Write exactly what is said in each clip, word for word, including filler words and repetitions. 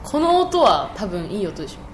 この音は多分いい音でし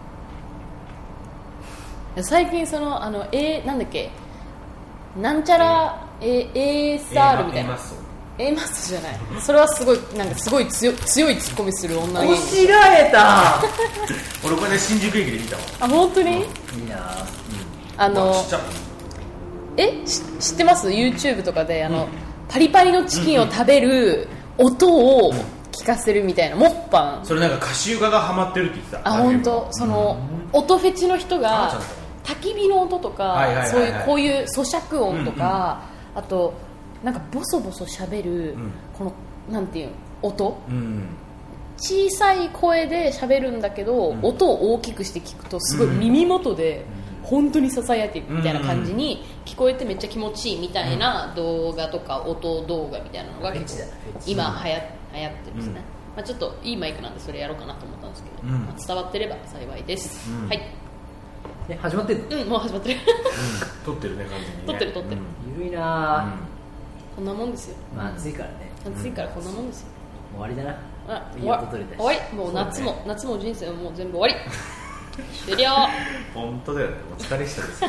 ょ。最近そのあの A なんだっけなんちゃら A エーエスアール みたいな A マッソじゃない。それはすごいなんかすごい強強いツッコミする女のこしらえた俺これで新宿駅で見たわ。 あ本当に、うん、いいな、 あのえし知ってます YouTube とかであの、うん、パリパリのチキンを食べる音を聞かせるみたいな、モッパン、 それなんか歌集家がハマってるって言ってた。 あ本当その、うん、音フェチの人が焚き火の音とか、はいはいはいはい、そういうこういう咀嚼音とか、うんうん、あとなんかボソボソ喋る、うん、このなんていう音、うん、小さい声で喋るんだけど、うん、音を大きくして聞くとすごい耳元で本当にささやいてるみたいな感じに聞こえてめっちゃ気持ちいいみたいな動画とか音動画みたいなのが結構今流行流行ってますね、うんまあ、ちょっといいマイクなんでそれやろうかなと思ったんですけど、うんまあ、伝わってれば幸いです、うん、はい。 え始まってる？ うんもう始まってる、 うん、撮ってるね完全にね。 撮ってる撮ってる、 うん、ゆるいな、うん、 こんなもんですよ。 まあ暑いからね。 暑いからこんなもんですよ。 終わりだな。 あいい音取れたし。 終わり。もう夏も、ね、夏も人生ももう全部終わり。終了。 本当だよね。お疲れしたですよ。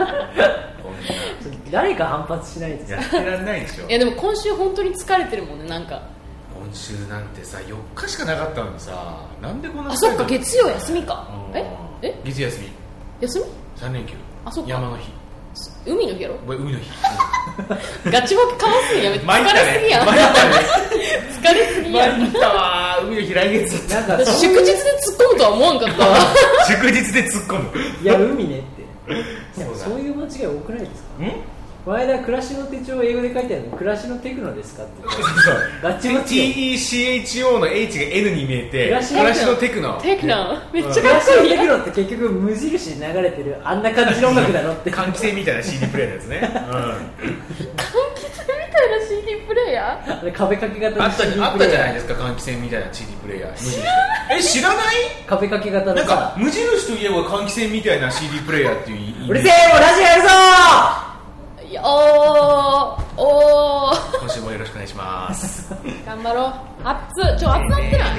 誰か反発しないですやってらんないでしょ。 いやでも今週本当に疲れてるもんねなんか。 今週なんてさよっかしかなかったのにさなんでこんな。 あそっか月曜休みか。ええ月曜休み。 休み？ さん連休。 あそっか。 山の日。 海の日やろ？ 海の日。 ガチボケかますんやめて。 疲れすぎやん。 疲れすぎやん。 参ったわ海の日来月だった。 なんか祝日で突っ込むとは思わんかったわ。 祝日で突っ込む。 いや海ねって。そう, そういう間違い多くないですか？ん？この間暮らしの手帳を英語で書いてあるの暮らしのテクノですかってガチガチ ティーイーシーエイチオー の H が N に見えて暮らしのテクノテクノめっちゃかっこいい。暮らしのテクノって結局無印で流れてるあんな感じの音楽だろって換気扇みたいな シーディー プレイヤーですね、うん、 換気扇みたいな シーディー プレイヤーあれ壁掛け型の シーディー プレイヤーあった、あったじゃないですか換気扇みたいな シーディー プレイヤー無印え知らない壁掛け型のなんか無印といえば換気扇みたいな シーディー プレイヤーっていううるせえもうラジオやるぞーおーおー今週もよろしくお願いします頑張ろう熱っちょ熱なってない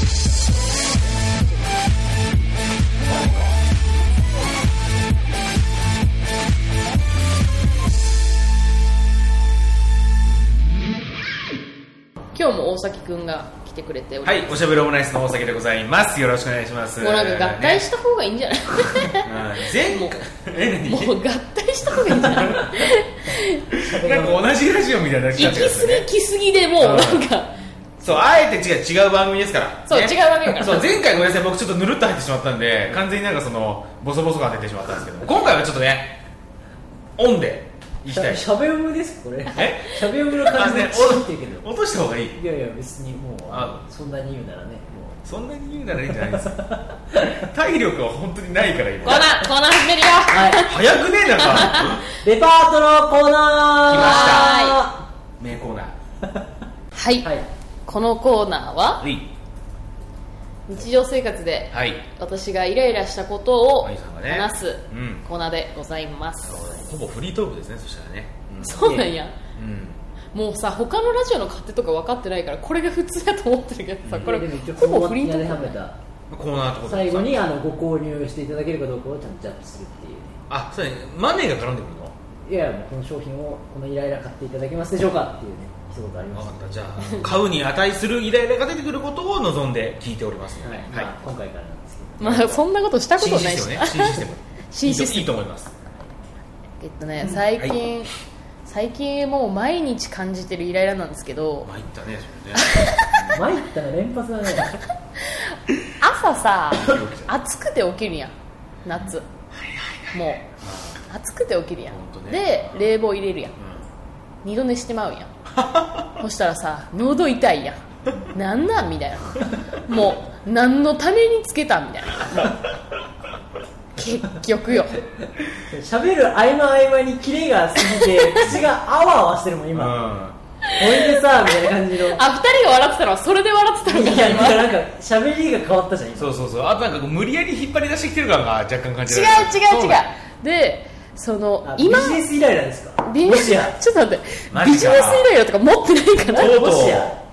今日も大崎くんが来てくれております。 はい、おしゃべりオムライスの大崎でございます。よろしくお願いします。 もうなんか合体した方がいいんじゃない？ 全もうもう合体した方がいいんじゃない？なんか同じラジオみたいな行き過ぎ来すぎでもうなんかそうあえて違う違う番組ですから。 そう、ね、違う番組だから。 そう前回ごめんなさい僕ちょっとぬるっと入ってしまったんで完全になんかそのボソボソ感出てしまったんですけど今回はちょっとねオンで。 しゃべおむですこれえしゃべおむの感じでチンって言うけど落とした方がいいいやいや別にもうあそんなに言うならねもうそんなに言うならいいんじゃないですか体力は本当にないから今コーナーコーナー始めるよ、 はい、早くねえなんかデパートのコーナー来ました名コーナーはい、はい、このコーナーは、 はい日常生活で私がイライラしたことを話すコーナーでございます、 うん、ほぼフリートークですねそしたらね、 うん、そうなんや、うん、もうさ他のラジオの勝手とか分かってないからこれが普通だと思ってるけどさ、うん、これほぼフリートークコーナーってこと最後にあのご購入していただけるかどうかをちゃんとジャッジするっていうねあ、そうねマネーが絡んでくるのいやいやもうこの商品をこのイライラ買っていただけますでしょうかっていうね一言あります、ね、 分かったじゃあ買うに値するイライラが出てくることを望んで聞いておりますので、 はいはいまあ、今回からなんですけどまあそんなことしたことないし新システムね新システム新システムいいと思いますえっとね最近、はい、最近もう毎日感じてるイライラなんですけど参ったねそれね参ったら連発だね朝さ暑くて起きるやん夏もう暑くて起きるやん、ね、で冷房入れるやん、うん、二度寝してまうやんそしたらさ喉痛いやんなんなんみたいなもう何のためにつけたみたいな結局よ喋る合間合間にキレが過ぎて口があわあわしてるもん今、うんおいでさみたいな感じのあ、二人が笑ってたのはそれで笑ってたのかいや今なんか喋りが変わったじゃん今そうそうそうあとなんか無理やり引っ張り出してきてる感が若干感じられる違う違う違うでその今ビジネスイライラですかビジネスちょっと待ってビジネスイライラとか持ってないからとうとうもしや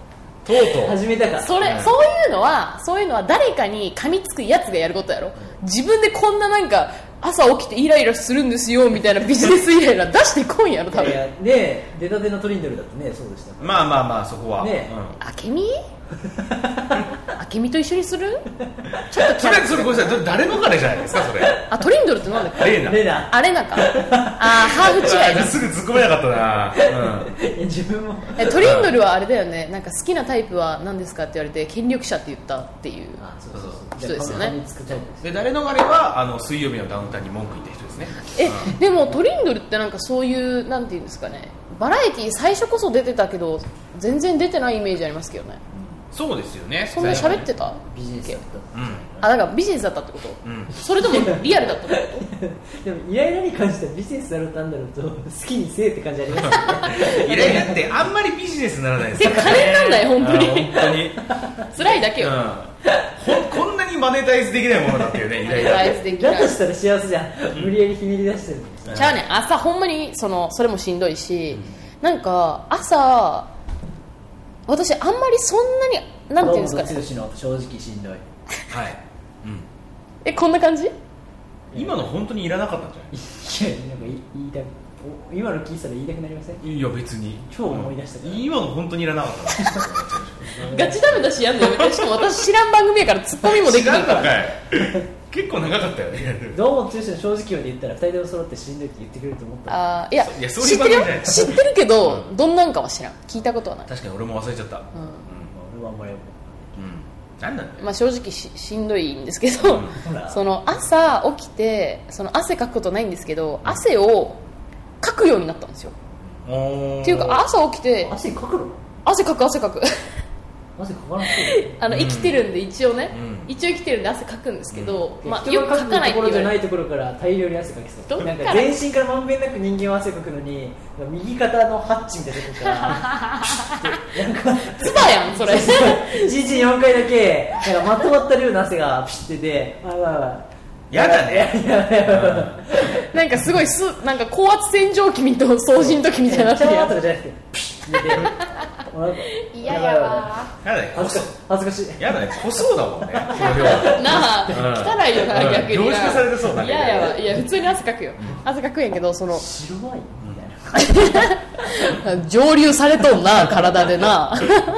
とうとう始めたかそれ、うん、そういうのはそういうのは誰かに噛みつくやつがやることやろ。自分でこんななんか朝起きてイライラするんですよみたいなビジネスイライラ出してこんやろ多分。いやね、出たてのトリンドルだってねそうでした。 まあまあまあそこはね、 うん、あけみあけみと一緒にするちょっとそれそれごめんなさい誰の彼じゃないですかそれ。 あトリンドルってなんだっけ。 レーナレーナあレーナかあハーフ違いすぐ突っ込めなかったな、 うん、いや自分もえトリンドルはあれだよね、なんか好きなタイプは何ですかって言われて権力者って言ったっていう人ですよね。 で誰の彼はあの水曜日のダウンタウンに文句言った人ですね。 え、うん、でもトリンドルってなんかそういうなんていうんですかね、バラエティ最初こそ出てたけど全然出てないイメージありますけどね。 そうですよね。 そんな喋ってたビジネスだった、 うん、あだからビジネスだったってこと、うん、それともリアルだったってことでもイライラに関してはビジネスだろうとなんだろうと好きにせえって感じありますよね。 イライラってあんまりビジネスにならないですよね。 金になんない本当に本当に辛いだけよ、 うん、こんなにマネタイズできないものだっていうねイライラマネタイズできないだとしたら幸せじゃん、無理やりひねり出してるんです、 うん、ちゃうね朝ほんまにそのそれもしんどいし、うん、なんか朝私あんまりそんなになんていうんですかね、 剛の正直しんどいはい、 うん、えこんな感じ。 今の本当にいらなかったんじゃない。 いやなんか言いたい今の聞いたら言いたくなりません。 いや別に超思い出したから、 うん、今の本当にいらなかったガチダメだしやんのよしかも私知らん番組やからツッコミもできるから結構長かったよね。 どうも剛の正直まで言ったらふたりでも揃ってしんどいって言ってくれると思った。 あいやいやそう知ってるよ知ってるけど、うん、どんなんかは知らん聞いたことはない。 確かに俺も忘れちゃった、うん俺はあんまりなんなんだよ、 まあ、正直 し, しんどいんですけど、うん、その朝起きてその汗かくことないんですけど、うん、汗をかくようになったんですよ。っていうか朝起きて汗かくの汗かく汗かく汗かかなくてあの生きてるんで一応ね、うん、一応生きてるんで汗かくんですけど、うん、まあ、よくかかないって言われるところじゃないところから大量に汗かきそう。なんか全身からまんべんなく人間は汗かくのに右肩のハッチみたいなところからなんかツバやんそれいちにちよんかいだけなんかまとまった量の汗がピシッててあわわやだねなんかすごいすなんか高圧洗浄機と掃除の時みたいになってるやつじゃなくてピシッて嫌やわやだね恥ずかしいやだね濃そうだもんねなあ、うん、汚いよな逆に凝縮されてそうだね。 嫌やわいや普通に汗かくよ、うん、汗かくんやけどその白ワインみたいな蒸留されとんな体でなあ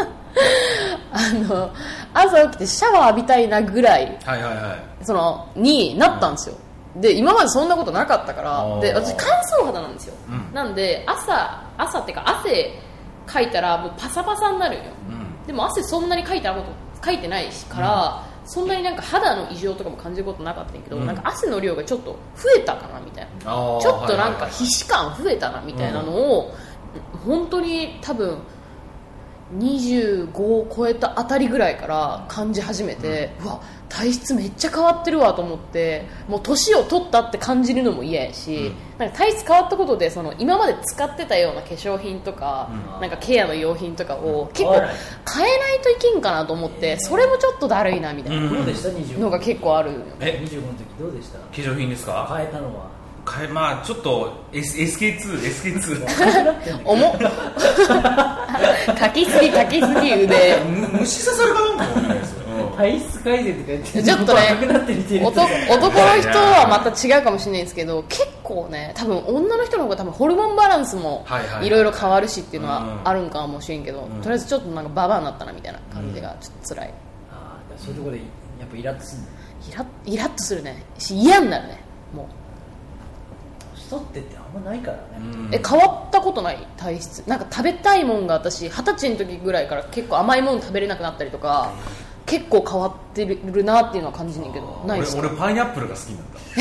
の朝起きてシャワー浴びたいなぐらい、 はいはいはい、 そのになったんですよ、うん、で今までそんなことなかったからで私乾燥肌なんですよ、うん、なんで朝朝っていうか汗かいたらもうパサパサになるよ、うん、でも汗そんなにかいたことかいてないから、うん、そんなになんか肌の異常とかも感じることなかったんやけど、うん、なんか汗の量がちょっと増えたかなみたいな、ちょっとなんか皮脂感増えたなみたいなのを、うん、本当に多分にじゅうごを超えたあたりぐらいから感じ始めて、うん、うわ体質めっちゃ変わってるわと思ってもう年を取ったって感じるのも嫌やし、うん、なんか体質変わったことでその今まで使ってたような化粧品とか、うん、なんかケアの用品とかを結構変えないといけんかなと思って、それもちょっとだるいなみたいなのが結構あるよね。 えにじゅうごの時どうでした？ 化粧品ですか？ 変えたのは変えまあちょっと エスケーツー エスケーツー重っかきすぎかきすぎ腕虫刺さるかなんかもないですよ体質改善とか言ってちょっとね男, 男の人はまた違うかもしれないですけど結構ね多分女の人の方が多分ホルモンバランスもいろいろ変わるしっていうのはあるんかもしれんけど、うん、とりあえずちょっとなんかババアになったなみたいな感じがちょっと辛い、うん、 あそういうところでやっぱイラッとするイライラッとするねし嫌になるねもう人ってってあんまないからね、 うん、え変わったことない体質なんか食べたいもんが私二十歳の時ぐらいから結構甘いもの食べれなくなったりとか結構変わってるなっていうのは感じねんけどないですか？ 俺, 俺パイナップルが好きにな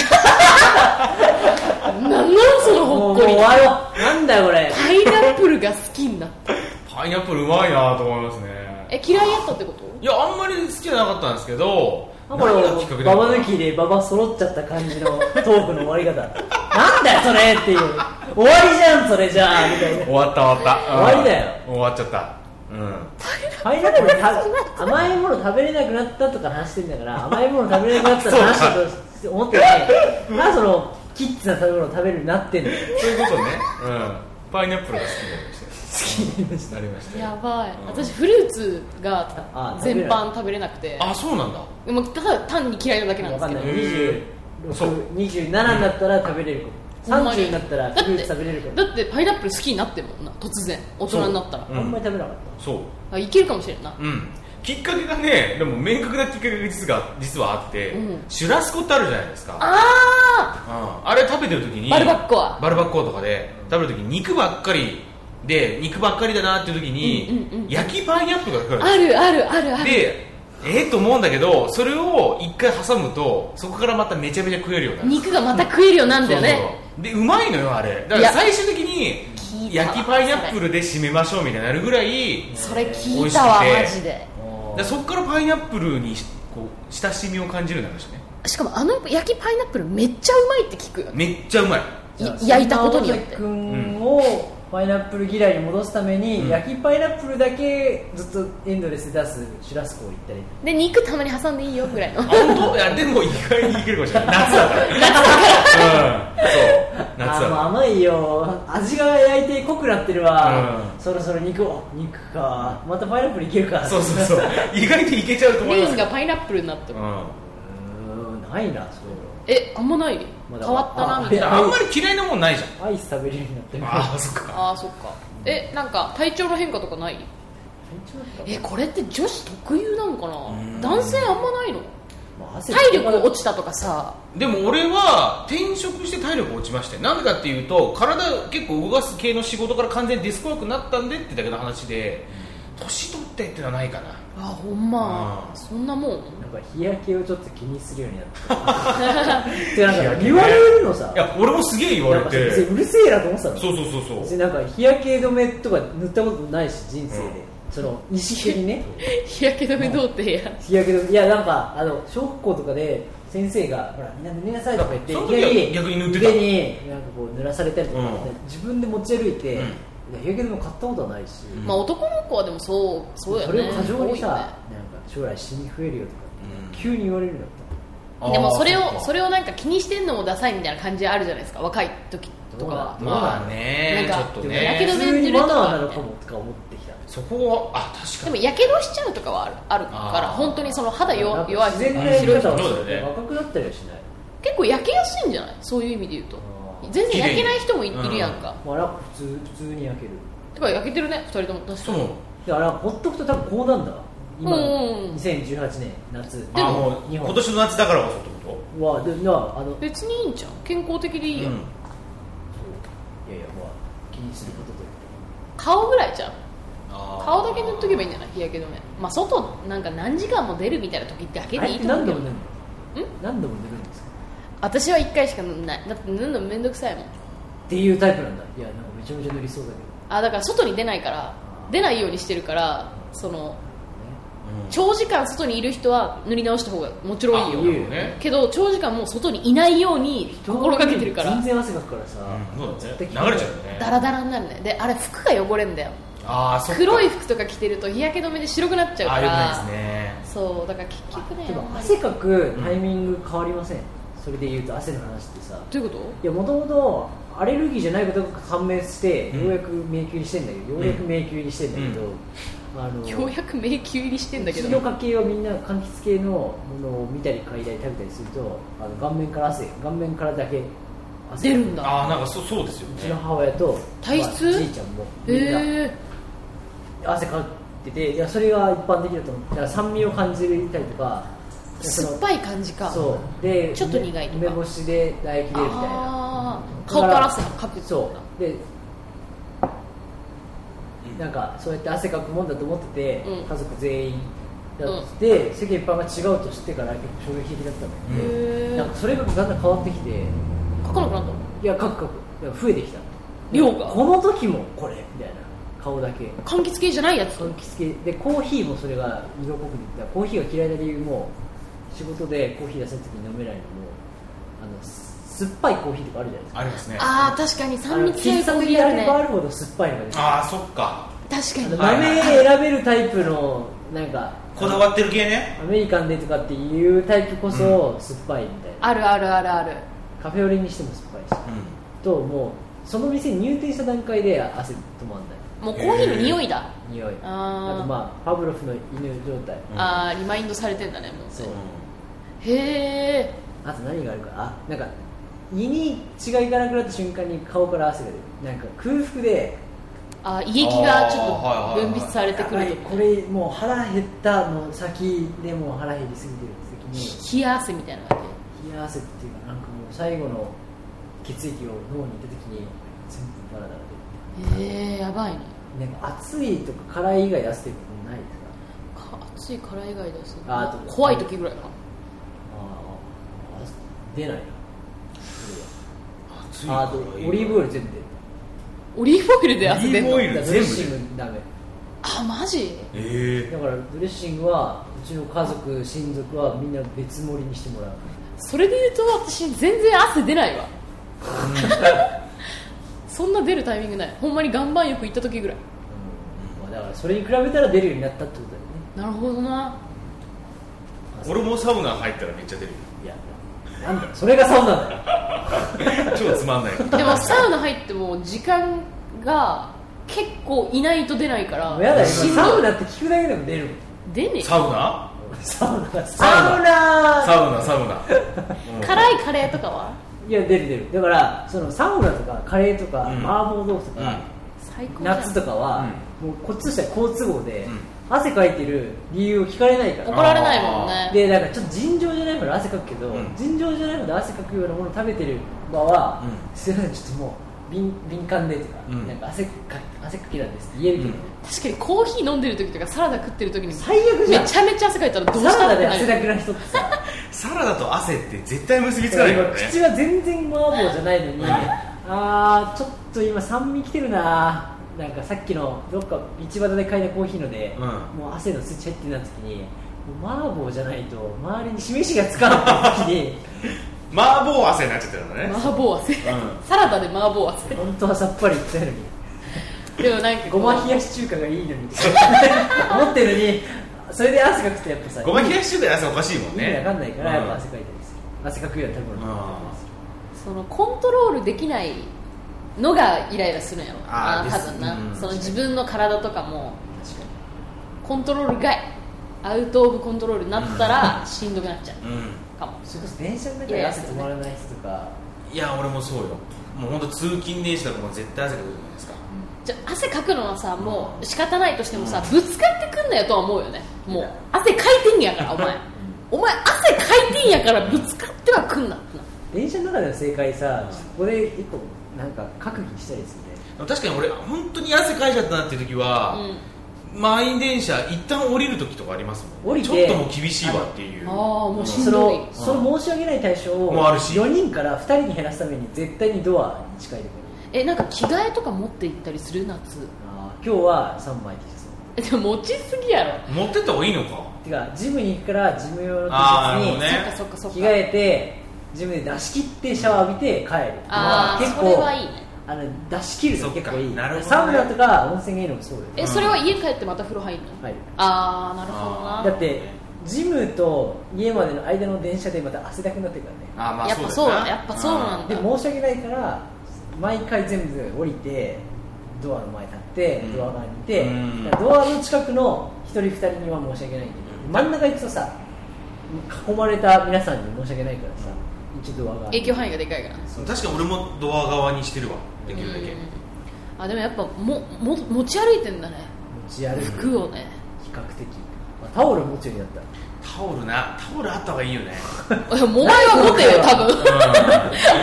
ったなんなんそのほっこりなんだよこれパイナップルが好きになったパイナップルうまいなと思いますね。 え嫌いやったってこと？ いやあんまり好きじゃなかったんですけどこれババ抜きでババ揃っちゃった感じのトークの終わり方なんだよそれっていう終わりじゃんそれじゃあみたいな終わった終わった終わりだよ終わっちゃったうん、 パイナップル甘いもの食べれなくなったとか話してんだから甘いもの食べれなくなったら話だと思ってないまあそのキッズな食べ物を食べるようになってんだよそういうことね、うん、パイナップルが好きなんですきになりました。 なりました。 やばい、 うん、 私フルーツが全般食べれなくて。 あ、そうなんだ。 でもただ単に嫌いなだけなんですけど。 にじゅうろく、にじゅうななになったら食べれるかも、さんじゅうになったらフルーツ食べれるかも。 だってパイナップル好きになってるもんな、突然大人になったら。 あんまり食べなかった。 そうあ、いけるかもしれんな。 うん、きっかけがね、でも明確なきっかけが実は実はあって、うん、シュラスコってあるじゃないですか。 ああ、うん、あれ食べてる時にバルバッコアバルバッコアとかで食べる時に肉ばっかりで肉ばっかりだなっていう時に、うんうんうん、焼きパイナップルがかかるんですよ。 あるあるあるある。 で、えー、と思うんだけど、それを一回挟むとそこからまためちゃめちゃ食えるようになる。 肉がまた食えるようになるんだよね。そうそうで、うまいのよあれ。だから最終的に焼きパイナップルで締めましょうみたいになるぐらいそれ聞いたわマジで。 でそこからパイナップルにこう親しみを感じるようになりましたね。 しかもあの焼きパイナップルめっちゃうまいって聞くよね。 めっちゃうまい。 焼いたことによって君をパイナップル嫌いに戻すために、うん、焼きパイナップルだけずっとエンドレスで出すシュラスコを言ったりで、肉たまに挟んでいいよぐらいの。 本当？いやでも意外にいけるかもしれない。夏だから夏だから、うん、そう夏だから。あ、もう甘いよ、味が焼いて濃くなってるわ、うん、そろそろ肉を肉か、またパイナップルいけるか。 そうそうそう意外といけちゃうと思います。 メインがパイナップルになってる。うん、 うーん、ないなそういうの。 え、あんまない、ま、変わったなみたいな。 あんまり嫌いなもんないじゃん。 アイス食べれるようになってる。 ああ、そっか。 ああ、そっか。え、なんか体調の変化とかない？え、これって女子特有なのかな。男性あんまないの？まあ、体力落ちたとかさ。 でも俺は転職して体力落ちまして、なんでかっていうと体結構動かす系の仕事から完全にデスクワークになったんでってだけの話で、年取ってってのはないかな。 あ、ほんま、うん、そんなもん。 なんか日焼けをちょっと気にするようになってで、なんか言われるのさ。 いや、俺もすげえ言われてうるせえなと思ってたの。 そうそうそうそう。 なんか日焼け止めとか塗ったことないし人生で、うん、その意識的にね日焼け止めどうってや日焼け止め、いやなんかあの小学校とかで先生がほらみんな塗りなさいとか言って、 その時は逆に塗ってた。 腕になんかこう塗らされたりとか、うん、自分で持ち歩いて、うん、日焼け止め買ったことはないし、 うん、まあ男の子はでもそうそうやね。 それを過剰にさ、ね、なんか将来死に増えるよとか、うん、急に言われるんだった。 でもそれをそれをなんか気にしてんのもダサいみたいな感じあるじゃないですか、若い時とかは。 まあね、 なんかちょっとね、 やけ止め塗るとか、 マナーなのかもとか思ってきた。 そこはあ確かに。 でもやけどしちゃうとかはあるあるから本当にその肌弱い自然なやり方は若くなったりはしない。 結構焼けやすいんじゃない？そういう意味で言うと全然焼けない人も い, いるやんか。 まあ普通普通に焼ける。 てか焼けてるねふたりとも確かに。 であれほっとくと多分こうなんだ。今にせんじゅうはちねん夏。 でも今年の夏だからこそってことはでなあの別にいいんじゃん、健康的でいいやん、うん、そういやいやまあ気にすることという顔ぐらいじゃん。顔だけ塗っとけばいいんじゃない？日焼け止め。まあ外なんか何時間も出るみたいな時だけでいいと思うけど。 何度も塗るの？何度も塗るんですか？ 私はいっかいしか塗んない。だって塗るのめんどくさいもんっていうタイプなんだ。いやなんかめちゃめちゃ塗りそうだけど。 あ、だから外に出ないから出ないようにしてるからその長時間外にいる人は塗り直した方がもちろんいいよ、ね、けど長時間もう外にいないように心がけてるから全然汗かくからさ、 うん、そうだね、流れちゃうよね。 ダラダラになるね。であれ服が汚れんだよ。 あ、そっか。 黒い服とか着てると日焼け止めで白くなっちゃうから。 あ、よくないですね。 そうだから結局ね。 でも汗かくタイミング変わりません、うん、それで言うと汗の話ってさ。 どういうこと？ いやもともとアレルギーじゃないことが判明して、うん、ようやく迷宮にしてんだけど、ようやく迷宮にしてんだけど、うんあのようやく迷宮入りしてんだけど、 うちの家系はみんな柑橘系のものを見たり嗅いだり食べたりするとあの顔面から汗顔面からだけ汗出るんだ。 ああなんか そ, そうですよね。 うちの母親と体質、 まあ、じいちゃんもみんな、えー、汗かってて、いやそれが一般的だと思う。だから酸味を感じたりとか酸っぱい感じか。 そうでちょっと苦いとか梅干しで唾液出るみたいな。 あ顔から汗かく。 そうでなんかそうやって汗かくもんだと思ってて、うん、家族全員だって、うん、世間一般が違うと知ってから結構衝撃的だったので、うん、なんかそれがだんだん変わってきてかかなくなったの？ いやかくかく増えてきた量が。 この時もこれみたいな顔だけ柑橘系じゃないやつ。 柑橘系でコーヒーもそれが色濃く出てた。コーヒーが嫌いな理由も仕事でコーヒー出せた時に飲めないのもあの酸っぱいコーヒーとかあるじゃないですか。 ありますね。 ああ確かに酸味強いコーヒーあるね。 喫茶店であればあるほど酸っぱいのが出てる。 ああそっか。 確かに豆選べるタイプのなんかこだわってる系ね。 アメリカンでとかっていうタイプこそ酸っぱいみたいな、 あるあるあるある。 カフェオレにしても酸っぱいし、うん、ともうその店に入店した段階で汗止まんない。 もうコーヒーの匂いだ。 匂い。あ, あとまあパブロフの犬状態、 うん、ああリマインドされてんだねもう。 そう、 へえ。 あと何があるか、あなんか胃に血がいかなくなった瞬間に顔から汗が出る、なんか空腹であ胃液がちょっと分泌されてくると、 これもう腹減ったの先でもう腹減りすぎてる時に冷や汗みたいな感じ、冷や汗っていうかなんかもう最後の血液を脳に入れた時に全部ダラダラ出る。 へえやばいね。 なんか熱いとか辛い以外汗っていうことないですか？ 熱い辛い以外ですああと怖い時ぐらいかな。ああ出ないな。あとオリーブオイル全部出る。 オリーブオイルで汗出るの？ オリーブオイル全部ドレッシングダメ。 あマジ？ えー、 だからドレッシングはうちの家族親族はみんな別盛りにしてもらう。 それで言うと私全然汗出ないわそんな出るタイミングない。ほんまに岩盤浴行った時ぐらい、 うん、だからそれに比べたら出るようになったってことだよね。なるほどな。 俺もサウナ入ったらめっちゃ出る。 いやなんだそれがサウナだよ超つまんないでもサウナ入っても時間が結構いないと出ないから。 やだよサウナって聞くだけでも出る。 出ねえ。 サウナサウナサウナサウナサウナ辛いカレーとかは？ いや出る出る。だからそのサウナとかカレーとか、うん、麻婆豆腐とか、うん、 最高夏とかは、うん、もうこっちとしては好都合で、うん、汗かいてる理由を聞かれないから。 怒られないもんね。 でなんかちょっと尋常じゃないほど汗かくけど、うん、尋常じゃないほど汗かくようなものを食べてる場は、うん、すいませんちょっともう敏, 敏感でとか、うん、なんか汗か汗かきなんですって言えるけど、うん、 確かにコーヒー飲んでる時とかサラダ食ってる時に最悪じゃん。 めちゃめちゃ汗かいたらどうしたサラダで汗だくな人ってさサラダと汗って絶対結びつかないからね。 口は全然麻婆じゃないのにあーちょっと今酸味きてるな。なんかさっきのどっか道端で買いたコーヒーので、うん、もう汗のスイッチ入ってなった時にもう麻婆じゃないと周りに示しがつかない時に麻婆汗になっちゃってるのね。 麻婆汗、うん、サラダで麻婆汗。 本当はさっぱり言ったのにでもなんかごま冷やし中華がいいのに思ってるのにそれで汗かくとやっぱさごま冷やし中華で汗おかしいもんね。 意味わかんないからやっぱ汗かいたりする、うん、汗かくような食べ物になったりする。 そのコントロールできないのがイライラするんやろあ多分な、うん、その自分の体とかも確かにコントロール外アウトオブコントロールになったらしんどくなっちゃう、うんかも。 それこそ電車の中で汗止まらない人とか。 いや俺もそうよ。もう本当通勤電車とかも絶対汗かくじゃないですか。 じゃ汗かくのはさもう仕方ないとしてもさ、ぶつかってくんなよとは思うよね。もう汗かいてんやからお前お前汗かいてんやからぶつかってはくんな。 電車の中での正解さ、ここで一個なんか閣議したりするね。 確かに俺本当に汗かいちゃったなっていう時は、うん、満員電車一旦降りる時とかありますもん。降りてちょっともう厳しいわっていう。 ああもうしんどい。 そのその申し訳ない対象をよにんからふたりに減らすために絶対にドアに近いところに。えなんか着替えとか持って行ったりする夏。 あ今日はさんまい着てそう。 えでも持ちすぎやろ。 持ってった方がいいのか。 てかジムに行くからジム用の T シャツに、ね、着替えてジムで出し切ってシャワー浴びて帰る。 ああ結構それはいいね。 あの出し切るの結構いい。 なるほどね、 サウナとか温泉がいいのもそうだよ。 えそれは家帰ってまた風呂入るの？ 入る。 ああなるほどな。 だってジムと家までの間の電車でまた汗だくになってるからね。 あまあやっぱそうだやっぱそうなんだ。 で申し訳ないから毎回全部降りてドアの前立って、うん、ドア側にいて、うん、ドアの近くの一人二人には申し訳ないんだけど、真ん中行くとさ囲まれた皆さんに申し訳ないからさ、一度ドア側影響範囲がでかいから。 確かに俺もドア側にしてるわ。できるだけ。 あでもやっぱもも持ち歩いてんだね。 持ち歩いて服をね。 比較的、まあ、タオル持つようになった。 タオルなタオルあった方がいいよね。 お前は持てよ多分、うん、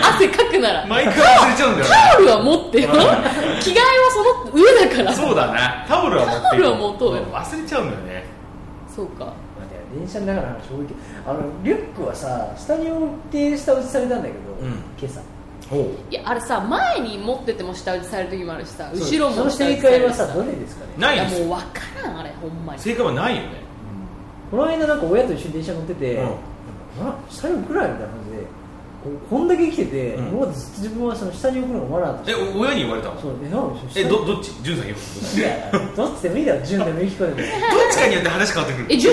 汗かくなら毎回忘れちゃうんだよね。 タオルは持ってよ着替えはその上だから。 そうだなタオルは持ってよ。 タオルは持とうよ。 忘れちゃうんだよね。 そうか。 電車の中の話多いけど、あのリュックはさ下に置いて下打ちされたんだけど、うん、今朝いやあれさ前に持ってても下打ちされる時もあるしさ後ろもその正解はさどれですかね。 ないです。 いやもう分からんあれほんまに正解はないよね、 うん、この間なんか親と一緒に電車乗ってて、うん、あ下に置くらいみたいな感じで こ, こんだけ生きてて、うん、今までずっと自分はその下に置くのがマナーとして。 え親に言われたの。 そうえ ど, どっち潤さんよ。 いやどっちでもいいだろ潤でもいい聞こえてどっちかによって話変わってくる。 え潤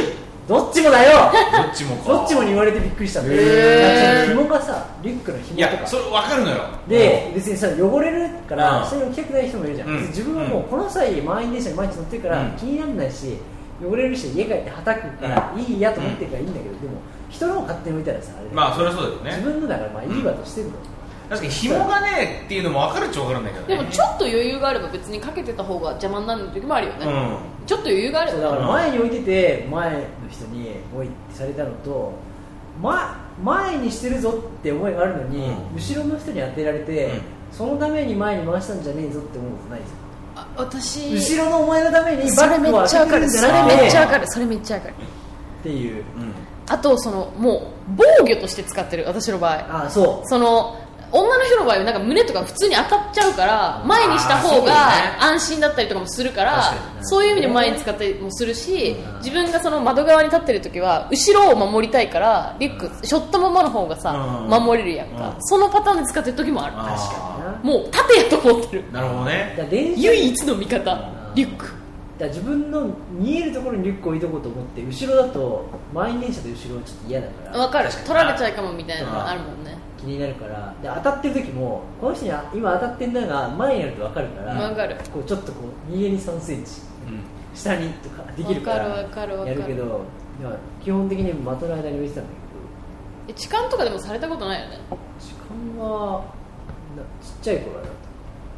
どっちもだよどっちもかどっちもに言われてびっくりしたんだよ。紐がさリュックの紐とか、 いやそれ分かるのよ。 で別にさ汚れるから下に着たくない人もいるじゃん、 うん、 自分はもうこの際満員電車に毎日乗ってるから気にならないし、汚れるし家帰ってはたくからいいやと思ってるからいいんだけど、でも人のを勝手に置いたらさあれまあそれはそうだよね。 自分のだからまあいいわとしてるの、 確かに紐がねっていうのも分かるっちゃ分かるんだけどね。 でもちょっと余裕があれば別にかけてた方が邪魔になる時もあるよね、うん、ちょっと余裕があれば。 だから前に置いてて前の人に置いてされたのと、ま、前にしてるぞって思いがあるのに、うん、後ろの人に当てられて、うん、そのために前に回したんじゃねえぞって思うことないですよ。 あ、私後ろのお前のためにバッグを開けてるんじゃなくて、 それめっちゃわかる、それめっちゃわかるっていう、うん、 あとそのもう防御として使ってる私の場合。 あ、そうその女の人の場合はなんか胸とか普通に当たっちゃうから前にした方が安心だったりとかもするから、そういう意味で前に使ったりもするし、自分がその窓側に立ってる時は後ろを守りたいからリュックショットままの方がさ守れるやんか、そのパターンで使ってる時もある。確かにもう盾やと思ってる。 なるほどね。 唯一の味方リュックだから自分の見えるところにリュックを置いとこうと思って後ろだと満員電車で後ろはちょっと嫌だから。 分かる、取られちゃうかもみたいなのがあるもんね。 気になるからで当たってる時もこの人に今当たってるのが前にやると分かるから分かる、 こうちょっとこう右にさんセンチ、うん、下にとかできるからやるけど、基本的に的の間に置いてたんだけど。痴漢とかでもされたことないよね。 痴漢はちっちゃい頃はだった。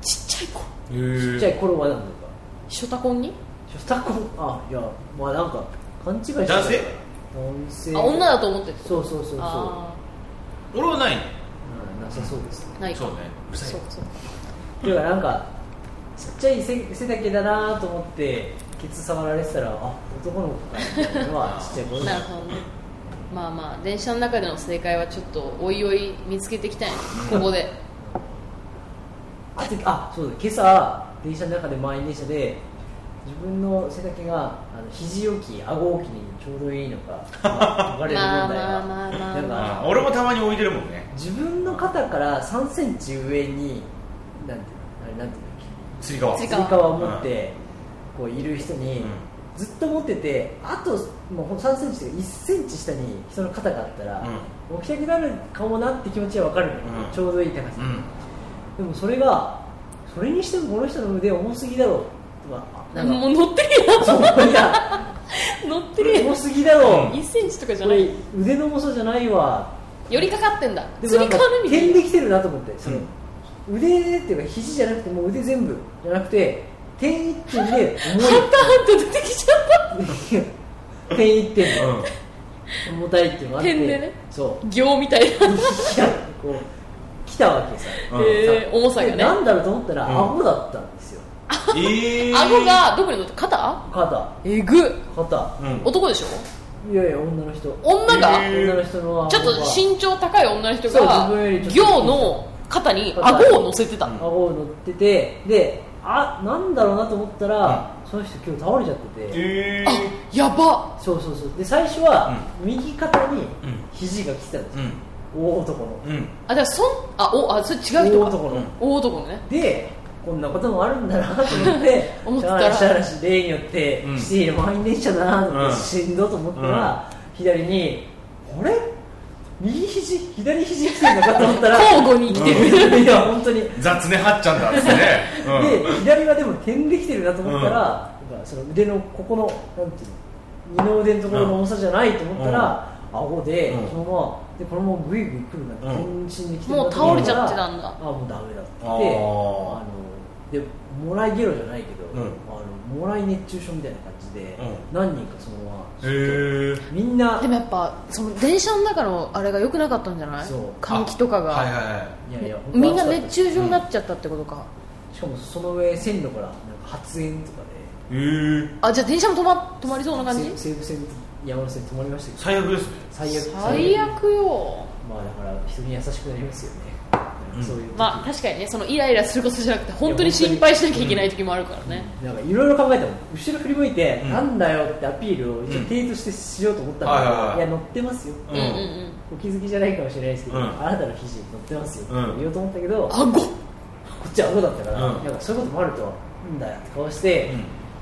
ちっちゃい頃ちっちゃい頃はなんだかショタコンにショタコンあいやまあなんか勘違いしてた男性男性あ女だと思ってた。 そうそうそうそう俺はない、 うん、なさそうですね。 ないか。 そうね。うるさい。 そうそう。 だからなんかちっちゃい背背丈だなと思ってケツ触られてたらあ男の子かみたいなのはちっちゃい頃なるほどね。まあまあ電車の中での正解はちょっとおいおい見つけていきたいねここで。 ああそうだ今朝電車の中で満員電車で自分の背丈があの肘置き顎置きにちょうどいいのか分かれる問題はなんか俺もたまに置いてるもんね。 自分の肩からさんセンチ上になんていうのあれなんていうのつり革つり革を持ってこういる人にずっと持っててあともうさんセンチとかいっセンチ下に人の肩があったら、うん、置きたくなるかもなって気持ちは分かるんだけど、うん、ちょうどいい高さ、うん、でもそれがそれにしてもこの人の腕重すぎだろうとかなんかもう乗ってるやん。 そういや乗ってるやん。 重すぎだろう。 いっセンチとかじゃない。 腕の重さじゃないわ。 寄りかかってんだ。 でもなんか点できてるなと思って、その、うん、腕っていうか肘じゃなくてもう腕全部じゃなくて点一点で重い。ハンターハンター出てきちゃった。点一点で、うん、重たいっていうのがあって。 点でね。 そう。 行みたいな。こう来たわけさ。 えー、重さがね。 なんだろうと思ったら、うん、顎だったんですよ。 えー、顎がどこに乗って肩？ 肩。 えぐっ。 肩、 うん、男でしょ？ いやいや女の人。 女が？ 女の人のちょっと身長高い女の人が行の肩に顎を乗せてた。 顎を乗っててで、あなんだろうなと思ったら、うん、その人今日倒れちゃってて。 えー、あやば。 そうそうそう。で最初は、うん、右肩に肘が来てたんですよ。うん、大男の。 うん、あじゃあそんあおあそれ違う人か。 大男の。 大男のね。 で。こんなこともあるんだなと思って思ったらしゃらし例によってシティの満員電車だなと思って、うん、しんどと思ったら、うん、左にあれ右肘左肘来てるのかと思ったら交互に来てる、 うん、いや本当に雑ねはっちゃんだっつってね、 うん、で左はでも点できてるなと思ったら、うん、その腕のここのなんていうの二の腕のところの重さじゃないと思ったら、うん、顎で、うん、そのままでこのままグイグイ来るなって天心に来てるもう倒れちゃってたんだ。 あもうダメだってあのでもらいゲロじゃないけど、うん、あのもらい熱中症みたいな感じで、うん、何人かそのままへみんなでもやっぱその電車の中のあれが良くなかったんじゃない？そう換気とかが、 はいはいはい、 いやいやみんな熱中症になっちゃったってことか、 うん、しかもその上線路からなんか発煙とかでへあじゃあ電車も止ま止まりそうな感じ？ 西武線山手線止まりましたけど最悪ですね。 最悪最悪よ。 まあだから人に優しくなりますよね。 そういうまあ確かにねそのイライラすることじゃなくて本当に心配しなきゃいけない時もあるからね。 なんかいろいろ考えたもん後ろ振り向いて、うん、なんだよってアピールを一応提としてしようと思ったんだけど、うん、いや乗ってますよ、 うんうんうん、 お気づきじゃないかもしれないですけど、うん、あなたの肘乗ってますよ、うん、って言おうと思ったけど顎こっちは顎だったから、うん、なんかそういうこともあるとなんだよって顔して、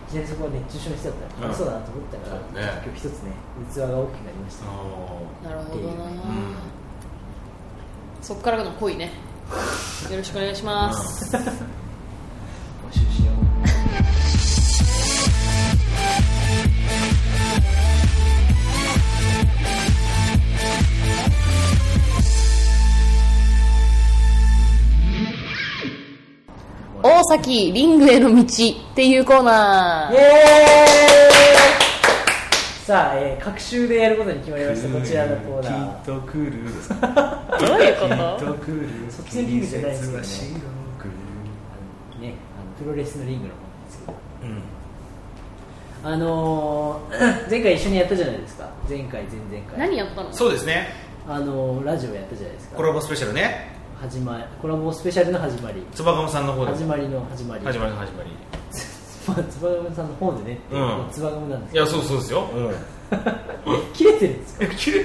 きなりそこは熱中症の人だったら、うん、そうだなと思ったから、ね、結局一つね器が大きくなりました、ね、 なるほどな、うん、そっからの恋ねよろしくお願いします、うん、募集しよう大崎リングへの道っていうコーナー。イエーイ。 さあ、えー、各週でやることに決まりましたこちらのコーナー。 きっと来るですか。 どういうこと？ きっと来る。そっちのリングじゃないですけどね。あのね、あのプロレスのリングの方なんですけど。うん、あのー、前回一緒にやったじゃないですか。前回前々回。 何やったの？ そうですね。 あのー、ラジオやったじゃないですか。 コラボスペシャルね。 始まりコラボスペシャルの始まりつばがもさんの方で始まりの始まり始まりの始まりつばがもさんの方でねつばがもなんですけどいやそうそうですよ、うん、 切れてるんですか切れ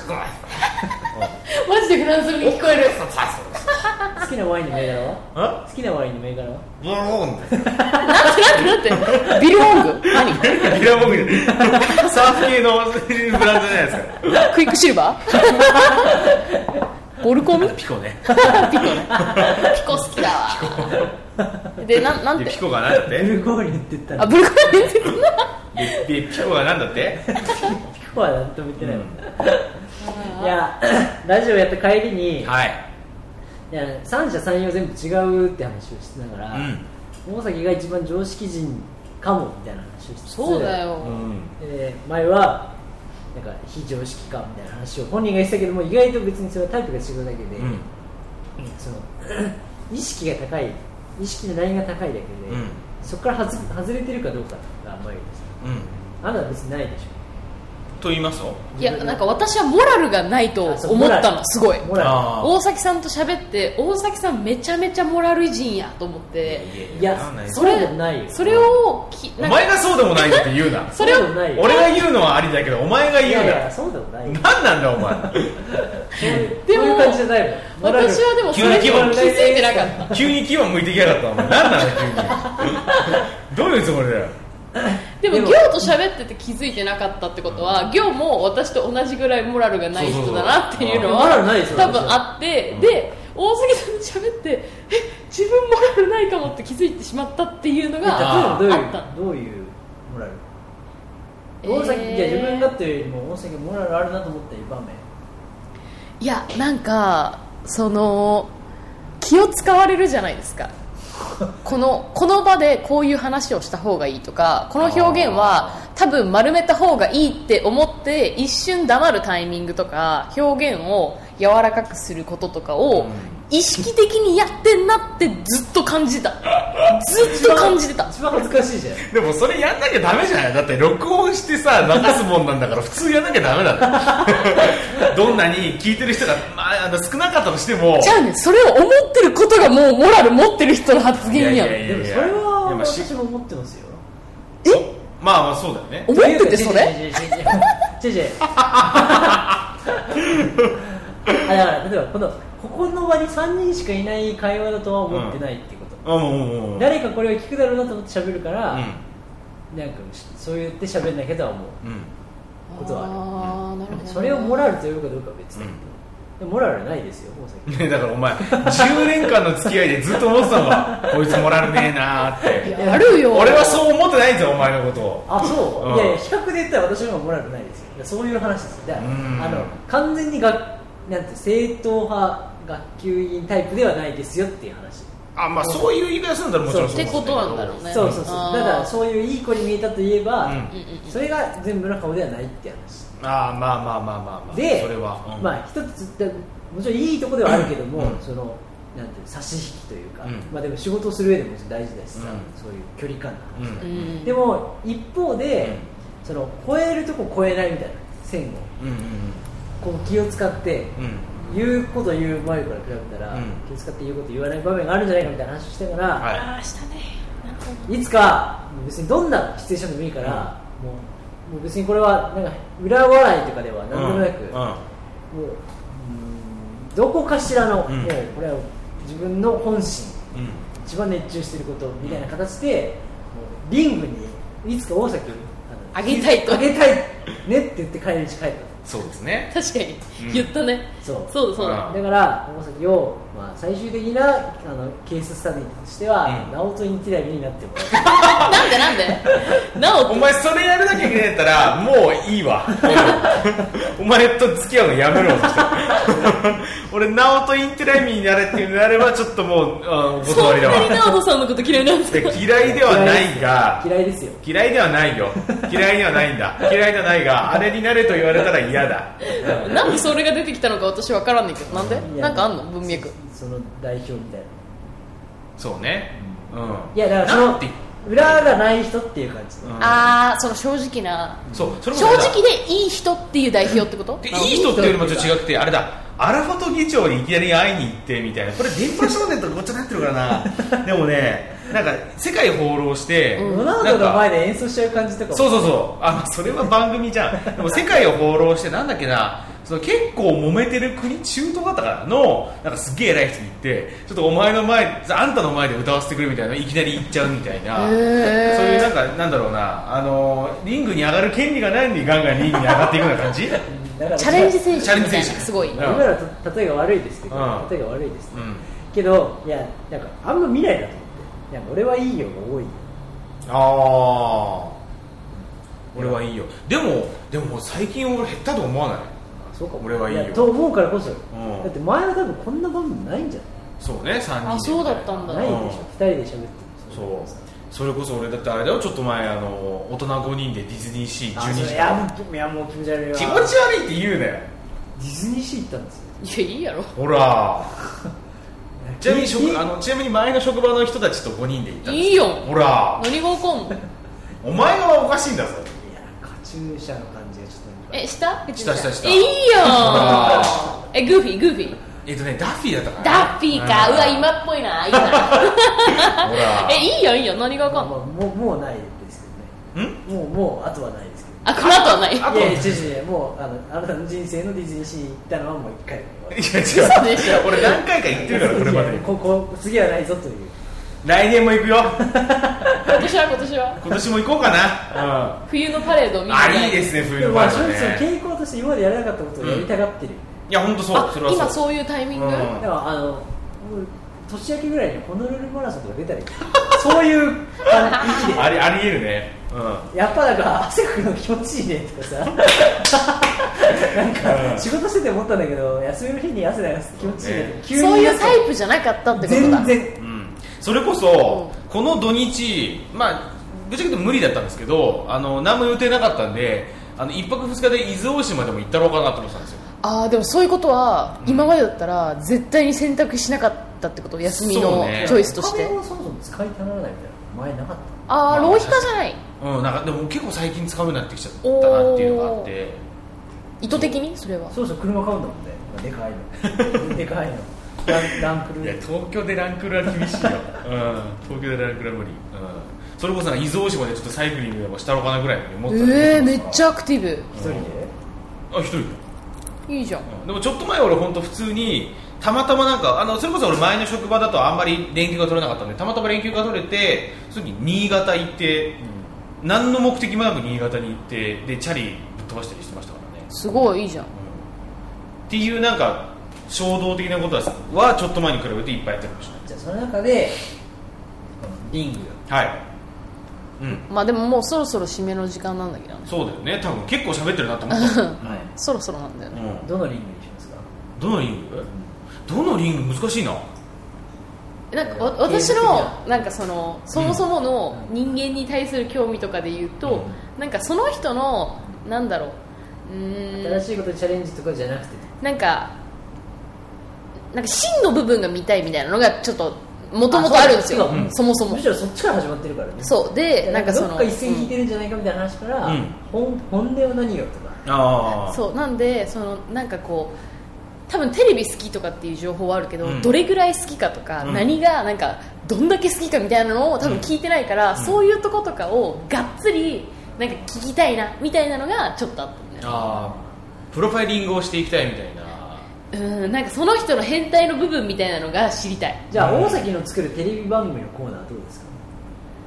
マジでフランス語に聞こえる好きなワインの銘柄は好きなワインの銘柄はビルホングなんてなんてなんてビルホング何ビルホングサーフ系のブランドじゃないですかクイックシルバーボルコムピコねピコねピコ好きだわでななんてピコがなんだってブルゴーニュって言ったあブルゴーニュって言ったでピコがなんだってピコはなんとも言ってないもん、うん、いやラジオやった帰りに、はい、いや三者三様全部違うって話をしてながら、うん、大崎が一番常識人かもみたいな話をしてそうだよ、うん、 えー、前はなんか非常識かみたいな話を本人が言ってたけども意外と別にそれはタイプが違うだけで、うん、その意識が高い意識のラインが高いだけで、うん、そこから外外れてるかどうかがあんまりです、うん、あなたは別にないでしょと言いますといやなんか私はモラルがないと思ったのすごい大崎さんと喋って大崎さんめちゃめちゃモラル人やと思っていやそれでもないよそれをきお前がそうでもないって言うなそれを俺が言うのはありだけどお前が言うな。いやいやそうでもない何なんだお前でもそういう感じじゃないもん私はでもそれに気づいてなかった急に気は向いてきやがったお前何なの急にどういうつもりだよでもギョウと喋ってて気づいてなかったってことは、うん、ギョウも私と同じぐらいモラルがない人だなっていうのは多分あって、うん、で大崎さんと喋ってえ自分モラルないかもって気づいてしまったっていうのがあどういうったどういうモラル、えー、大崎いや自分がっていうよりも大崎モラルあるなと思った場面いやなんかその気を使われるじゃないですかこの、この場でこういう話をした方がいいとかこの表現は多分丸めた方がいいって思って一瞬黙るタイミングとか表現を柔らかくすることとかを意識的にやってんなってずっと感じたずっと感じてた一番恥ずかしいじゃんでもそれやんなきゃダメじゃないだって録音してさ流すもんなんだから普通やんなきゃダメだどんなに聞いてる人が、まあ、あの少なかったとしてもじゃあねそれを思ってることがもうモラル持ってる人の発言やんでもそれは私も思ってますよえまあまあそうだよね思っててそれ違う違うあだから例えばこのここの場にさんにんしかいない会話だとは思ってないってこと、うんうん、誰かこれを聞くだろうなと思って喋るから、うん、なんかそう言って喋んなきゃとは思う、うん、ことはある、あ、なるほどね、それをモラルというかどうかは別だけど、うん、モラルはないですよね、だからお前じゅうねんかんの付き合いでずっと思ってたのがこいつモラルねえなーってあるよ俺はそう思ってないんですよお前のことをあそう、うん、いやいや比較で言ったら私の方がモラルないですよそういう話ですよあの完全にがなんて正統派学級委員タイプではないですよっていう話あ、まあ、そういう言い方するんだろうもちろんそうってことなんだろうねそうそうそうだからそういういい子に見えたといえば、うん、それが全部の顔ではないって話ああまあまあまあまあまあでそれは、 うん、まあ一つもちろんいいとこではあるけども、うん、そのなんていう差し引きというか、うん、まあでも仕事をする上でも大事だしさ、うん、そういう距離感の話だ、うん、でも一方で、うん、その超えるとこ超えないみたいな線を、うんうんうん、こう気を使って、うん言うこと言う前から比べたら、うん、気を使って言うこと言わない場面があるんじゃないかみたいな話をしてから、はい、 あしたねいつか別にどんなシチュエーションでもいいから、うん、もう、もう別にこれはなんか裏笑いとかでは何でもなく、うんうん、もううんどこかしらの、うん、もうこれは自分の本心、うん、一番熱中していることみたいな形で、もうリングにいつか大崎をあげたいとあげたいねって言って帰り道帰った。 そうですね、 確かに、うん、言ったね。 そうそうだそうだ。 だから大崎を、まあ、最終的なあのケーススタディとしては、うん、ナオトインティラミになってもらう。 なんでなんでナオトお前それやるなきゃいけないんだったらもういいわお前と付き合うのやめろ俺ナオトインティラミになれっていうのであればちょっともうあお断りだわ。 そんなにナオトさんのこと嫌いなんですか？ 嫌いではないが嫌いですよ。 嫌いではないよ嫌いではないんだ嫌いではないがあれになれと言われたら嫌だなんでそれが出てきたのか私分からんねんけど、なんでなんかあんの文脈その代表みたいな。 そうね、うん、 いやだからその裏がない人っていう感じ、 うん、ああその正直なそうそれも正直でいい人っていう代表ってことでいい人っていうよりもちょっと違くてあれだアラファト議長にいきなり会いに行ってみたいなこれ電波少年とごっちゃになってるからなでもねなんか世界放浪して、 うん、ロナウドの前で演奏しちゃう感じとかそうそうそうあそれは番組じゃんでも世界を放浪してなんだっけなその結構揉めてる国中東だったからのなんかすげえ偉い人に行ってちょっとお前の前あんたの前で歌わせてくれみたいないきなり言っちゃうみたいなそういうなんかなんだろうなあのリングに上がる権利がないのにガンガンリングに上がっていくような感じだからチャレンジ選手みたいなすごい、うん、 今のは例えが悪いですけど、うん、例えが悪いです、ねうん、けどいやなんかあんま見ないなと思っていや俺はいいよが多いよああ俺はいいよでもでも最近俺減ったと思わないそうか俺はいいよいやと思うからこそ、うん、だって前は多分こんな番組ないんじゃないそうねさんにんであそうだったんだないでしょ、うん、ふたりで喋ってるそうそれこそ俺だってあれだよちょっと前あの大人ごにんでディズニーシーじゅうにじかんいやもう気持ち悪いわ気持ち悪いって言うなよディズニーシー行ったんですよいやいいやろほらちなみに職あのちなみに前の職場の人たちとごにんで行ったんですいいよほら何が起こんのお前がおかしいんだぞいやカチューシャの感じがちょっとえしたしたしたしたえいいよえグーフィーグーフィーえっとねダッフィーだったかなダッフィーか、うん、うわ今っぽいないいなほらえいいよいいよ何がわかんの、 まあ、もうもうないですけどねんもうもうあとはないですけどあこの後はないいやいや違う違うもうあのあなたの人生のディズニーシー行ったのはもう一回いや違うでしょ俺何回か行ってるからこれまでここ次はないぞという来年も行くよ今年は今年は今年も行こうかな、 うん、冬のパレードを見てあいいですね冬のパレードね、 まあ、傾向として今までやらなかったことをやりたがってる、うんいや本当そうそれはそう今そういうタイミング、うん、 だからあの年明けぐらいにホノルルマラソンとか出たらいいそういう感じでありありえるね、 うん、やっぱなんか汗かくの気持ちいいねとかさなんか仕事してて思ったんだけど休みの日に汗流す気持ちいいね、ね、 急にそういうタイプじゃなかったってことだ全然、 うん、それこそ、うん、この土日まあぶっちゃけ言うと無理だったんですけどあの何も予定なかったんであのいっぱくふつかで伊豆大島でも行ったろうかなと思ってたんですよあでもそういうことは今までだったら絶対に選択しなかったってこと休みのチョイスとして、 ね、お金をそもそも使いたがらないみたいな前なかったああ、まあ、浪費家じゃないうんなんかでも結構最近使うようになってきちゃったなっていうのがあって意図的にそれはそうそう車買うんだもんねでかいのでかいのラン, ランクルいや東京でランクルは厳しいよ、うん、東京でランクルは無理、うん、それこそ伊豆大島でちょっとサイクリングでもしたろうかなぐらいに思ってたえー、めっちゃアクティブ一人であ一人でいいじゃん、 うん、でもちょっと前俺本当普通にたまたまなんかあのそれこそ俺前の職場だとあんまり連休が取れなかったんでたまたま連休が取れてその時に新潟行って、うん、何の目的もなく新潟に行ってでチャリぶっ飛ばしたりしてましたからねすごいいいじゃん、うん、 っていうなんか衝動的なことはちょっと前に比べていっぱいやってるかもしれないじゃあその中でリングはいうん、まあでももうそろそろ締めの時間なんだけど、ね、 そうだよね多分結構喋ってるなと思った、はい、 そろそろなんだよね、 うん、どのリングにしますかどのリング、うん、どのリング難しいななんか私のなんかそのそもそもの人間に対する興味とかで言うと、うん、なんかその人のなんだろう、うーん新しいことにチャレンジとかじゃなくてなんかなんか真の部分が見たいみたいなのがちょっともともとあるんですよ、うん、そもそもむしろそっちから始まってるからねそうでなんかそのどっか一線引いてるんじゃないかみたいな話から、うん、本, 本音は何よとかあそうなんでそのなんかこう多分テレビ好きとかっていう情報はあるけど、うん、どれぐらい好きかとか、うん、何がなんかどんだけ好きかみたいなのを多分聞いてないから、うん、そういうとことかをがっつりなんか聞きたいなみたいなのがちょっとあったんだよねあプロファイリングをしていきたいみたいなうんなんかその人の変態の部分みたいなのが知りたいじゃあ大崎の作るテレビ番組のコーナーはどうですかテ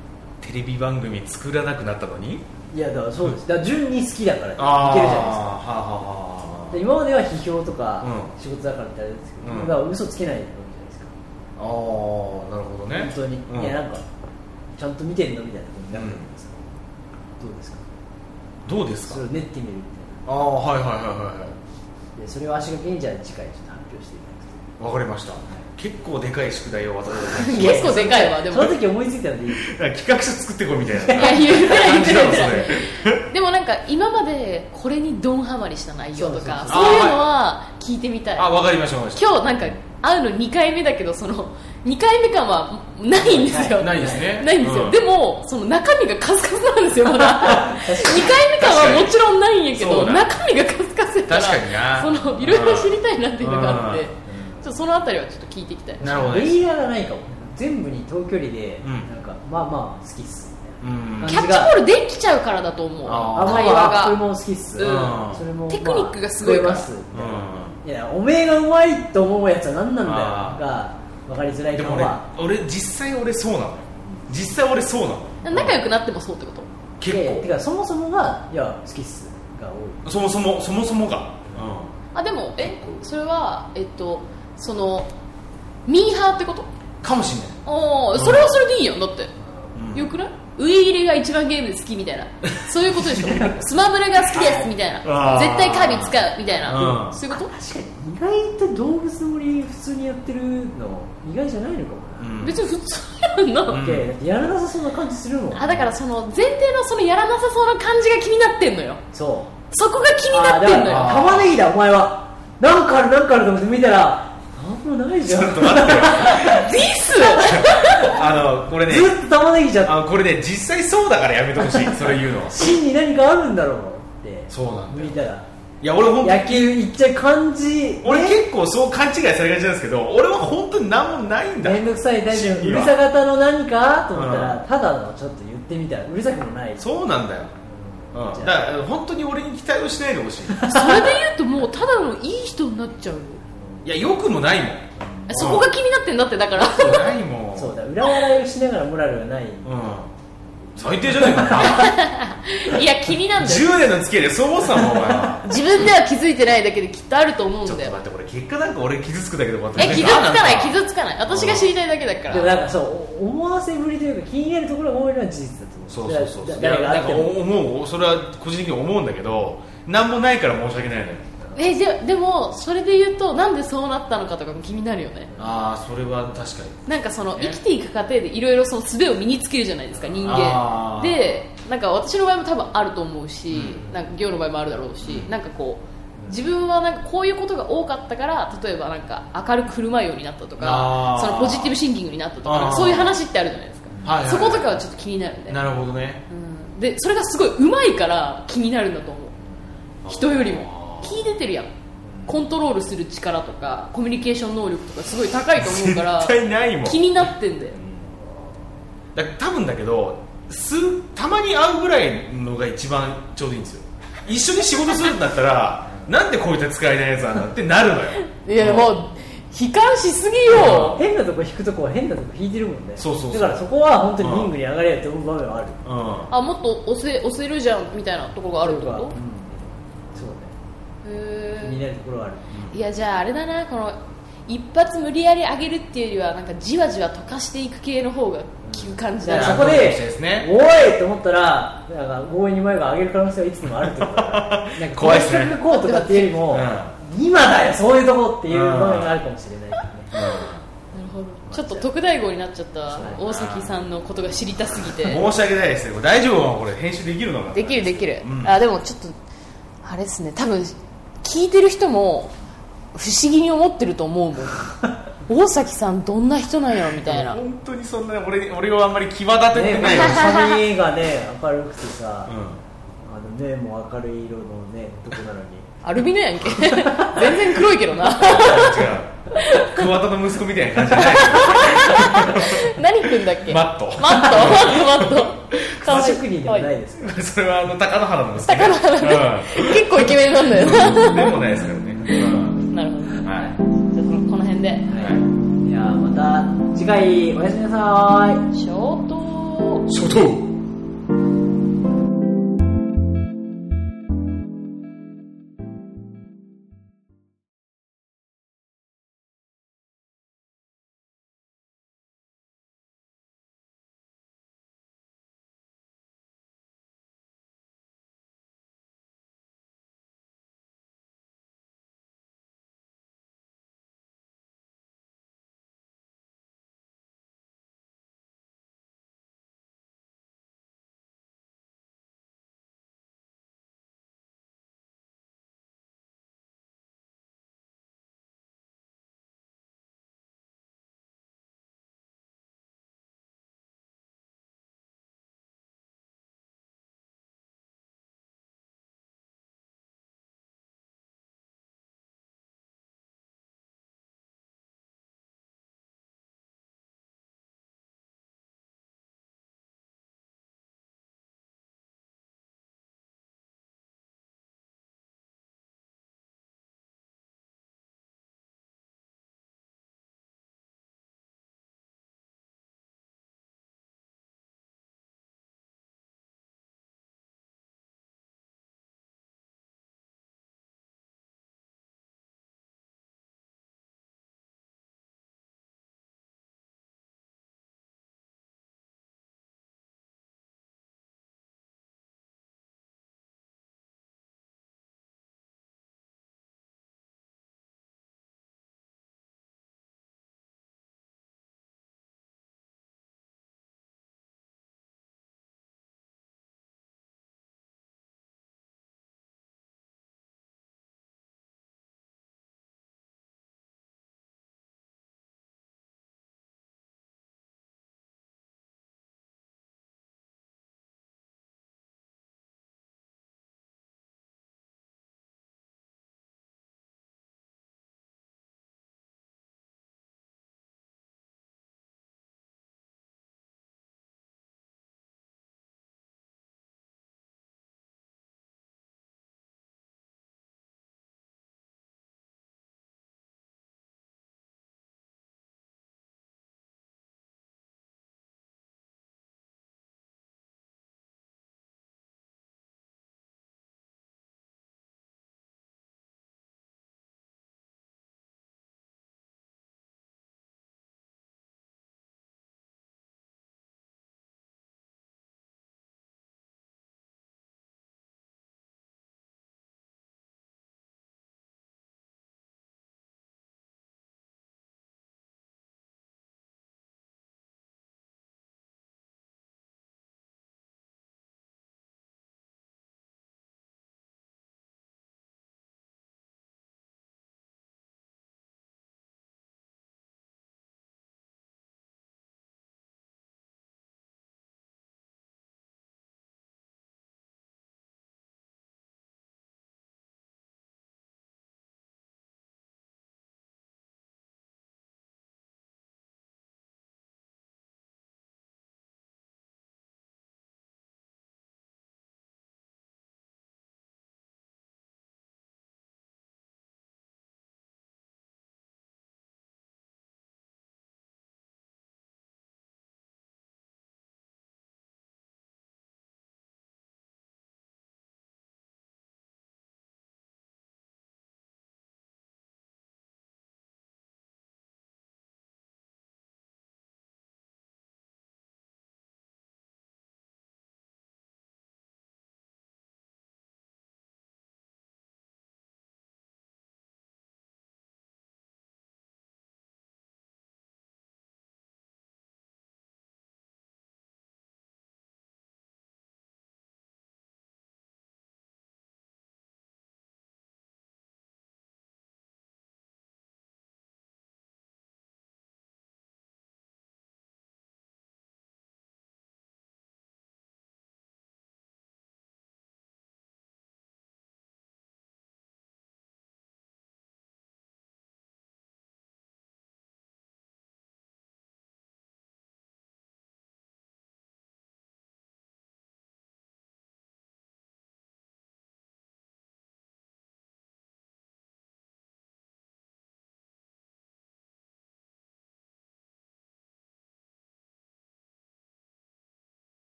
テレビ番組作らなくなったのに。 いやだからそうです、だから順に好きだからいけるじゃないですか。はあはあ、今までは批評とか仕事だからってあれですけど、うん、だから嘘つけないわけじゃないですか。 ああなるほどね。 本当に、うん、いやなんかちゃんと見てんのみたいなことになるんですか、うん、どうですかどうですか。 それを練ってみるみたいな。 ああはいはいはいはいはい。 でそれを足掛けにじゃあ次回ちょっと発表していただくと。 わかりました、はい、結構でかい宿題を渡されて結構でかいわ。でもその時思いついたのでいい企画書作ってこいみたいな。 いや言ってない言ってないでもなんか今までこれにドンハマりした内容とかそういうのは聞いてみたい。 あわかりました。 今日なんか会うのにかいめだけどそのにかいめ感はないんですよ。 ないですね。 ないんですよ、うん、でもその中身がカスカスなんですよまだにかいめ感はもちろんないんやけど中身がカスカスやから確かにな。 そのいろいろ知りたいなっていうのがあって、うん、ちょっとそのあたりはちょっと聞いていきたい。 なるほど。 レイヤーがないかも。全部に遠距離で、うん、なんかまあまあ好きっすみたいな、うん、 キャッチボールできちゃうからだと思う。 あ会話がそれも好きっす、うん、それも、まあ、 テクニックがすごいから、 ますうん、いやおめえがうまいと思うやつは何なんだよが分かりづらいとは。 でも俺、俺実際俺そうなのよ。実際俺そうなの。 仲良くなってもそうってこと。 結構てかそもそもがいや好きっすが多い。 そもそもそもそもが、うん、 あでもえそれはえっとそのミーハーってことかもしれない。 おーそれはそれでいいやんだって、うん、よくない。ウイイレが一番ゲームで好きみたいなそういうことでしょスマブラが好きですみたいな絶対カービィ使うみたいな、うん、そういうこと。 確かに意外と動物の森普通にやってるの意外じゃないのかもな、 うん、別に普通やんな、 うん、やらなさそうな感じするもん。 あだからその前提のそのやらなさそうな感じが気になってんのよ。 そうそこが気になってんのよ。 玉ねぎだお前はなんかあるなんかあると思って見たらなんもないじゃん。 ちょっと待ってよディスあのこれねずっと玉ねぎじゃん。 あこれね実際そうだからやめてほしいそれ言うの。 真に何かあるんだろうってそうなんだよ見たら。 いや俺本当野球いっちゃう感じ。 俺結構そう勘違いされがちなんですけど俺は本当に何もないんだ。 めんどくさい大丈夫。うるさ型の何かと思ったら、うん、ただのちょっと言ってみたらうるさくもない。 そうなんだよ、うん、だから本当に俺に期待をしないでほしいそれで言うともうただのいい人になっちゃうよ。 いやよくもないもん。 そこが気になってんだって。だからないもん。 そうだ裏笑いをしながらモラルがない、うん、 最低じゃないかないや気になるんだよ。 じゅうねんの付き合いでそう思ってたもんお前は。 自分では気づいてないだけできっとあると思うんだよ。 ちょっと待ってこれ結果なんか俺傷つくだけで終わってえ傷つかない傷つかない私が知りたいだけだから。 でもなんかそう思わせぶりというか気になるところが多いのは事実だと思う。 そうそうそうそう。誰があっても思う。それは個人的に思うんだけど何もないから申し訳ないのよ。 えで, でもそれで言うとなんでそうなったのかとかも気になるよね。 ああそれは確かに。 なんかその生きていく過程でいろいろその術を身につけるじゃないですか人間で。なんか私の場合も多分あると思うし、うん、なんか業の場合もあるだろうし、うん、なんかこう自分はなんかこういうことが多かったから例えばなんか明るく振る舞うようになったとかそのポジティブシンキングになったとかそういう話ってあるじゃないですか、はいはいはい、そことかはちょっと気になるね。 なるほどね、 うん、でそれがすごい上手いから気になるんだと思う。人よりも気出てるやん。コントロールする力とかコミュニケーション能力とかすごい高いと思うから絶対ないもん。 気になってんだよ。 だから多分だけど数たまに会うぐらいのが一番ちょうどいいんですよ。一緒に仕事するんだったらなんでこういった使えないやつなんだってなるのよ。 いやもう悲観しすぎよ。 変なとこ引くとこは変なとこ引いてるもんね。 そうそうそう。 だからそこは本当にリングに上がれよって思う場面はある、 うん、あもっと押せ、押せるじゃんみたいなところがあるってこと。 そうねへ気になるところはある、 うん、いやじゃああれだなこの一発無理やり上げるっていうよりはなんかじわじわ溶かしていく系の方が効く感じだな、 うん、そこで、ね、おいと思ったらなんか強引に前が上げる可能性はいつでもあるってことだなんか怖いですね。 こうとかっていうよりも、うん、今だよそういうとこっていう場面があるかもしれない、うん、なるほど。ちょっと特大号になっちゃった大崎さんのことが知りたすぎて申し訳ないですよ。大丈夫かこれ編集できるのかな。 できるできる、うん、あでもちょっとあれですね多分聞いてる人も不思議に思ってると思うもん大崎さんどんな人なんやろみたいな。 本当にそんな 俺, 俺をあんまり際立ててないよ、 ね、髪がね明るくてさ、うん、あの目も明るい色のね男なのにアルビノやんけ全然黒いけどな違う桑田の息子みたいな感じじゃない何くんだっけ。 マットマットマットマット靴職人でもないですかそれはあの高野原の息子、ね、 高野原、ねうん、結構イケメンなんだよなでもないですからね、うん、 なるほど、はい、じゃあこの辺で、はい、 いやまた次回おやすみなさい。 ショートショート